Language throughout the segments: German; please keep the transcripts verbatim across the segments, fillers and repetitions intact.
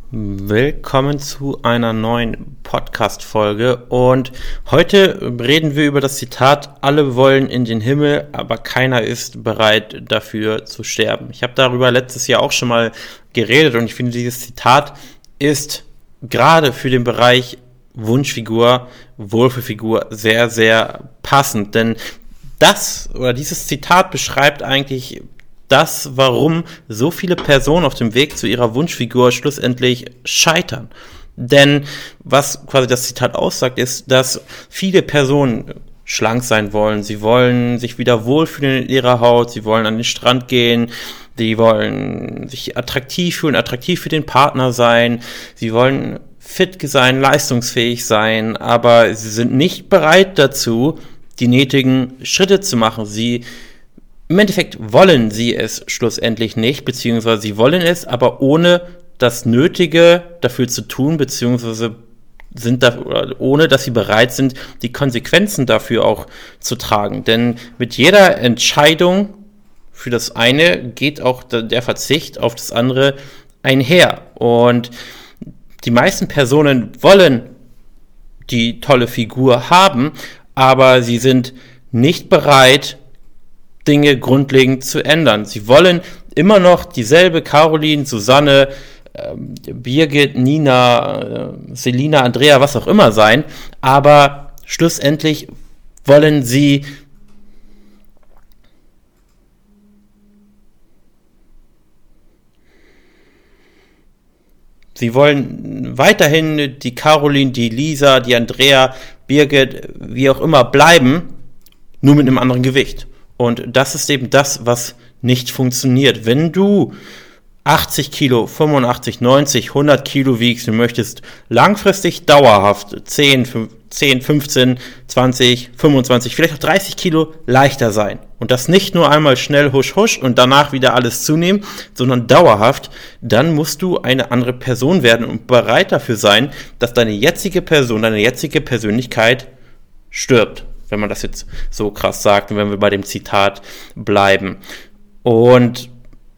Willkommen zu einer neuen Podcast-Folge und heute reden wir über das Zitat: Alle wollen in den Himmel, aber keiner ist bereit dafür zu sterben. Ich habe darüber letztes Jahr auch schon mal geredet und ich finde, dieses Zitat ist gerade für den Bereich Wunschfigur, Wohlfühlfigur sehr, sehr passend, denn das oder dieses Zitat beschreibt eigentlich das, warum so viele Personen auf dem Weg zu ihrer Wunschfigur schlussendlich scheitern. Denn was quasi das Zitat aussagt, ist, dass viele Personen schlank sein wollen. Sie wollen sich wieder wohlfühlen in ihrer Haut, sie wollen an den Strand gehen, sie wollen sich attraktiv fühlen, attraktiv für den Partner sein, sie wollen fit sein, leistungsfähig sein, aber sie sind nicht bereit dazu, die nötigen Schritte zu machen. Sie Im Endeffekt wollen sie es schlussendlich nicht, beziehungsweise sie wollen es, aber ohne das Nötige dafür zu tun, beziehungsweise sind da, ohne dass sie bereit sind, die Konsequenzen dafür auch zu tragen. Denn mit jeder Entscheidung für das eine geht auch der Verzicht auf das andere einher. Und die meisten Personen wollen die tolle Figur haben, aber sie sind nicht bereit, Dinge grundlegend zu ändern. Sie wollen immer noch dieselbe Caroline, Susanne, äh, Birgit, Nina, äh, Selina, Andrea, was auch immer sein, aber schlussendlich wollen sie Sie wollen weiterhin die Caroline, die Lisa, die Andrea, Birgit, wie auch immer bleiben, nur mit einem anderen Gewicht. Und das ist eben das, was nicht funktioniert. Wenn du achtzig Kilo, fünfundachtzig, neunzig, hundert Kilo wiegst und möchtest langfristig dauerhaft zehn, fünfzehn, zwanzig, fünfundzwanzig, vielleicht auch dreißig Kilo leichter sein und das nicht nur einmal schnell husch husch und danach wieder alles zunehmen, sondern dauerhaft, dann musst du eine andere Person werden und bereit dafür sein, dass deine jetzige Person, deine jetzige Persönlichkeit stirbt. Wenn man das jetzt so krass sagt und wenn wir bei dem Zitat bleiben. Und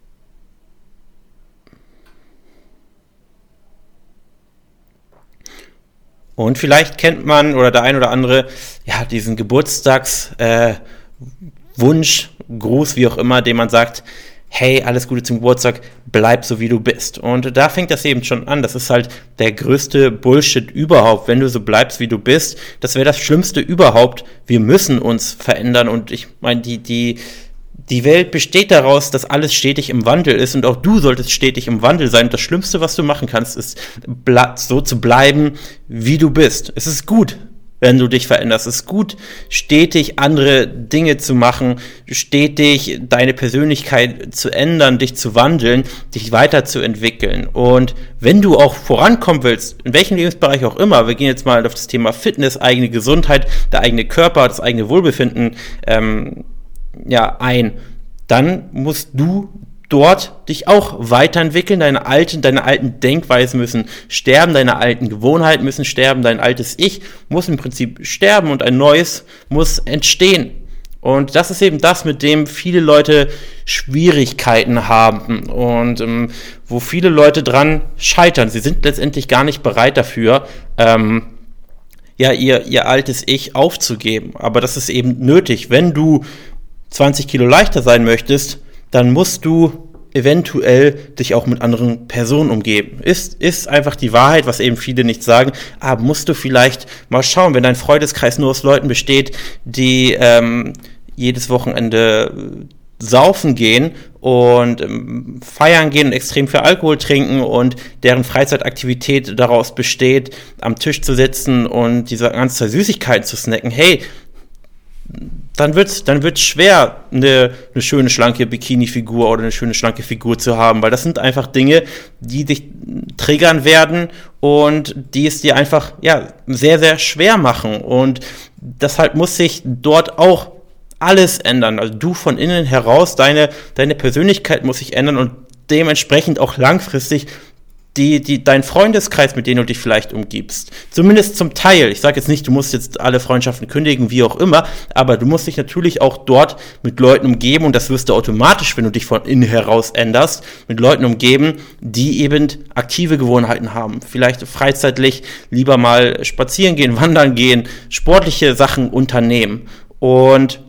und vielleicht kennt man oder der ein oder andere ja diesen Geburtstagswunsch, äh, Wunsch, Gruß, wie auch immer, den man sagt: Hey, alles Gute zum Geburtstag, bleib so wie du bist. Und da fängt das eben schon an. Das ist halt der größte Bullshit überhaupt, wenn du so bleibst, wie du bist. Das wäre das Schlimmste überhaupt. Wir müssen uns verändern. Und ich meine, die, die, die Welt besteht daraus, dass alles stetig im Wandel ist. Und auch du solltest stetig im Wandel sein. Und das Schlimmste, was du machen kannst, ist so zu bleiben, wie du bist. Es ist gut, wenn du dich veränderst. Es ist gut, stetig andere Dinge zu machen, stetig deine Persönlichkeit zu ändern, dich zu wandeln, dich weiterzuentwickeln. Und wenn du auch vorankommen willst, in welchem Lebensbereich auch immer, wir gehen jetzt mal auf das Thema Fitness, eigene Gesundheit, der eigene Körper, das eigene Wohlbefinden ähm, ja, ein, dann musst du dort dich auch weiterentwickeln, deine alten, deine alten Denkweisen müssen sterben, deine alten Gewohnheiten müssen sterben, dein altes Ich muss im Prinzip sterben und ein neues muss entstehen. Und das ist eben das, mit dem viele Leute Schwierigkeiten haben und ähm, wo viele Leute dran scheitern. Sie sind letztendlich gar nicht bereit dafür, ähm, ja, ihr, ihr altes Ich aufzugeben. Aber das ist eben nötig. Wenn du zwanzig Kilo leichter sein möchtest, dann musst du eventuell dich auch mit anderen Personen umgeben. Ist, ist einfach die Wahrheit, was eben viele nicht sagen, aber musst du vielleicht mal schauen, wenn dein Freundeskreis nur aus Leuten besteht, die ähm, jedes Wochenende saufen gehen und ähm, feiern gehen und extrem viel Alkohol trinken und deren Freizeitaktivität daraus besteht, am Tisch zu sitzen und diese ganzen Süßigkeiten zu snacken, hey, dann wird's, dann wird's schwer, eine, eine schöne, schlanke Bikini-Figur oder eine schöne, schlanke Figur zu haben, weil das sind einfach Dinge, die dich triggern werden und die es dir einfach, ja, sehr, sehr schwer machen. Und deshalb muss sich dort auch alles ändern. Also du von innen heraus, deine, deine Persönlichkeit muss sich ändern und dementsprechend auch langfristig die, die, dein Freundeskreis, mit dem du dich vielleicht umgibst. Zumindest zum Teil. Ich sage jetzt nicht, du musst jetzt alle Freundschaften kündigen, wie auch immer, aber du musst dich natürlich auch dort mit Leuten umgeben, und das wirst du automatisch, wenn du dich von innen heraus änderst, mit Leuten umgeben, die eben aktive Gewohnheiten haben. Vielleicht freizeitlich lieber mal spazieren gehen, wandern gehen, sportliche Sachen unternehmen. Und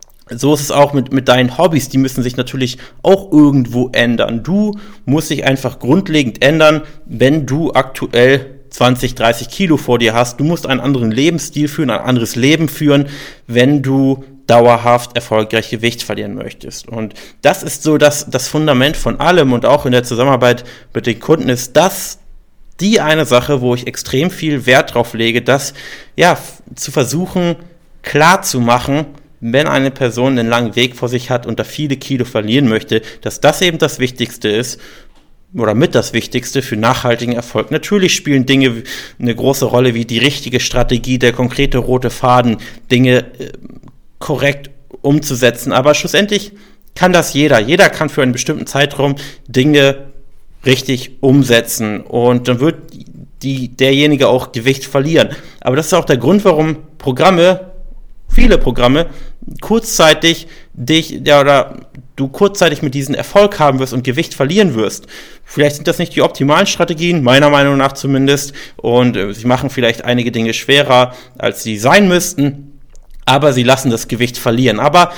so ist es auch mit, mit deinen Hobbys, die müssen sich natürlich auch irgendwo ändern. Du musst dich einfach grundlegend ändern, wenn du aktuell zwanzig, dreißig Kilo vor dir hast. Du musst einen anderen Lebensstil führen, ein anderes Leben führen, wenn du dauerhaft erfolgreich Gewicht verlieren möchtest. Und das ist so das, das Fundament von allem, und auch in der Zusammenarbeit mit den Kunden ist das die eine Sache, wo ich extrem viel Wert drauf lege, das ja f- zu versuchen klar zu machen, wenn eine Person einen langen Weg vor sich hat und da viele Kilo verlieren möchte, dass das eben das Wichtigste ist oder mit das Wichtigste für nachhaltigen Erfolg. Natürlich spielen Dinge eine große Rolle, wie die richtige Strategie, der konkrete rote Faden, Dinge äh, korrekt umzusetzen, aber schlussendlich kann das jeder. Jeder kann für einen bestimmten Zeitraum Dinge richtig umsetzen, und dann wird die, derjenige auch Gewicht verlieren. Aber das ist auch der Grund, warum Programme, viele Programme, kurzzeitig dich, ja, oder du kurzzeitig mit diesem Erfolg haben wirst und Gewicht verlieren wirst. Vielleicht sind das nicht die optimalen Strategien, meiner Meinung nach zumindest, und äh, sie machen vielleicht einige Dinge schwerer, als sie sein müssten, aber sie lassen das Gewicht verlieren. Aber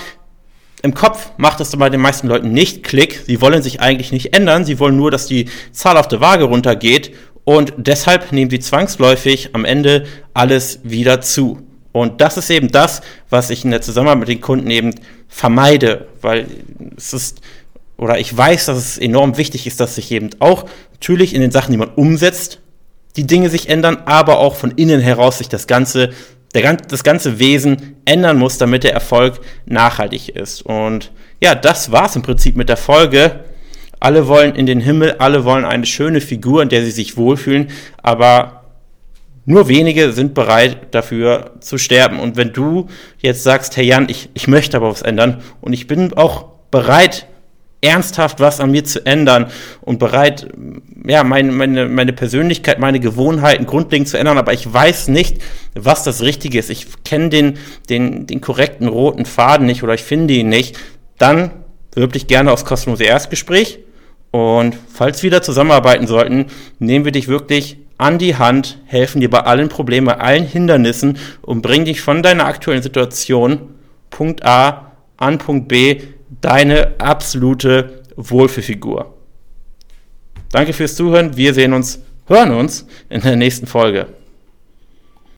im Kopf macht es bei den meisten Leuten nicht Klick. Sie wollen sich eigentlich nicht ändern. Sie wollen nur, dass die Zahl auf der Waage runtergeht. Und deshalb nehmen sie zwangsläufig am Ende alles wieder zu. Und das ist eben das, was ich in der Zusammenarbeit mit den Kunden eben vermeide. Weil es ist, oder ich weiß, dass es enorm wichtig ist, dass sich eben auch natürlich in den Sachen, die man umsetzt, die Dinge sich ändern, aber auch von innen heraus sich das Ganze Der, das ganze Wesen ändern muss, damit der Erfolg nachhaltig ist. Und ja, das war's im Prinzip mit der Folge. Alle wollen in den Himmel, alle wollen eine schöne Figur, in der sie sich wohlfühlen, aber nur wenige sind bereit, dafür zu sterben. Und wenn du jetzt sagst, hey Jan, ich, ich möchte aber was ändern und ich bin auch bereit, ernsthaft was an mir zu ändern und bereit, ja, meine, meine, meine Persönlichkeit, meine Gewohnheiten grundlegend zu ändern, aber ich weiß nicht, was das Richtige ist. Ich kenne den, den, den korrekten roten Faden nicht oder ich finde ihn nicht. Dann bewirb dich gerne aufs kostenlose Erstgespräch, und falls wir da zusammenarbeiten sollten, nehmen wir dich wirklich an die Hand, helfen dir bei allen Problemen, bei allen Hindernissen und bringen dich von deiner aktuellen Situation, Punkt A, an Punkt B, deine absolute Wohlfühlfigur. Danke fürs Zuhören. Wir sehen uns, hören uns in der nächsten Folge.